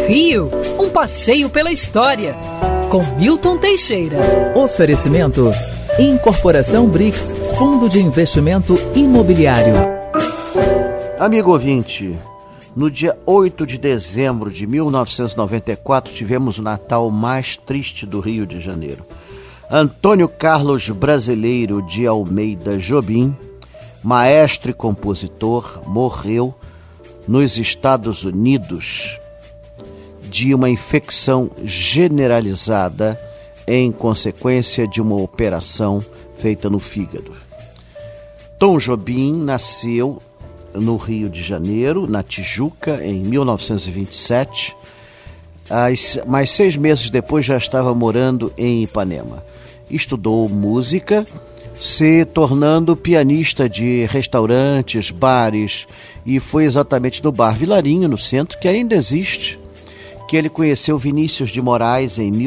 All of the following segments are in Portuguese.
Rio, um passeio pela história, com Milton Teixeira. Oferecimento: Incorporação BRICS, Fundo de Investimento Imobiliário. Amigo ouvinte, no dia 8 de dezembro de 1994 tivemos o Natal mais triste do Rio de Janeiro. Antônio Carlos Brasileiro de Almeida Jobim, maestro e compositor, morreu nos Estados Unidos de uma infecção generalizada em consequência de uma operação feita no fígado. Tom Jobim nasceu no Rio de Janeiro, na Tijuca, em 1927, mas 6 meses depois já estava morando em Ipanema. Estudou música, se tornando pianista de restaurantes, bares, e foi exatamente no Bar Vilarinho, no centro, que ainda existe, que ele conheceu Vinícius de Moraes em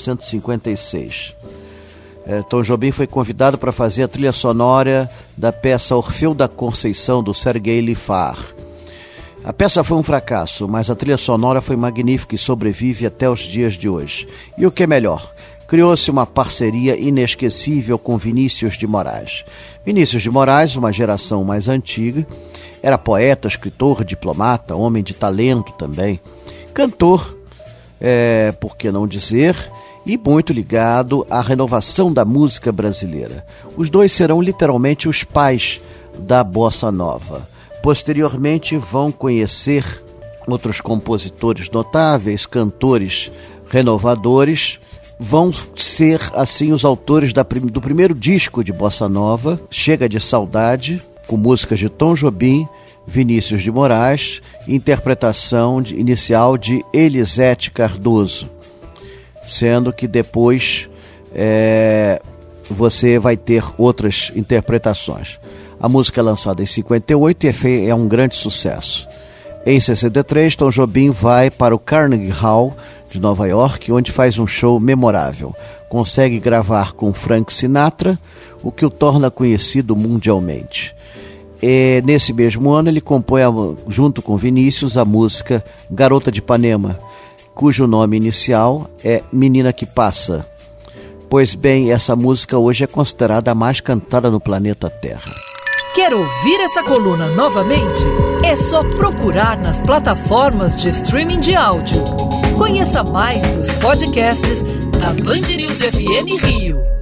1956. Tom Jobim foi convidado para fazer a trilha sonora da peça Orfeu da Conceição, do Serguei Lifar. A peça foi um fracasso, mas a trilha sonora foi magnífica e sobrevive até os dias de hoje. E o que é melhor, criou-se uma parceria inesquecível com Vinícius de Moraes. Vinícius de Moraes, uma geração mais antiga, era poeta, escritor, diplomata, homem de talento também, cantor, por que não dizer, e muito ligado à renovação da música brasileira. Os dois serão literalmente os pais da bossa nova. Posteriormente vão conhecer outros compositores notáveis, cantores renovadores, vão ser assim os autores do primeiro disco de bossa nova, Chega de Saudade, com músicas de Tom Jobim, Vinícius de Moraes, interpretação inicial de Elisete Cardoso, sendo que depois você vai ter outras interpretações. A música é lançada em 58 e é um grande sucesso. Em 63, Tom Jobim vai para o Carnegie Hall de Nova York, onde faz um show memorável. Consegue gravar com Frank Sinatra, o que o torna conhecido mundialmente. E nesse mesmo ano ele compõe, junto com Vinícius, a música Garota de Ipanema, cujo nome inicial é Menina que Passa. Pois bem, essa música hoje é considerada a mais cantada no planeta Terra. Quer ouvir essa coluna novamente? É só procurar nas plataformas de streaming de áudio. Conheça mais dos podcasts da Band News FM Rio.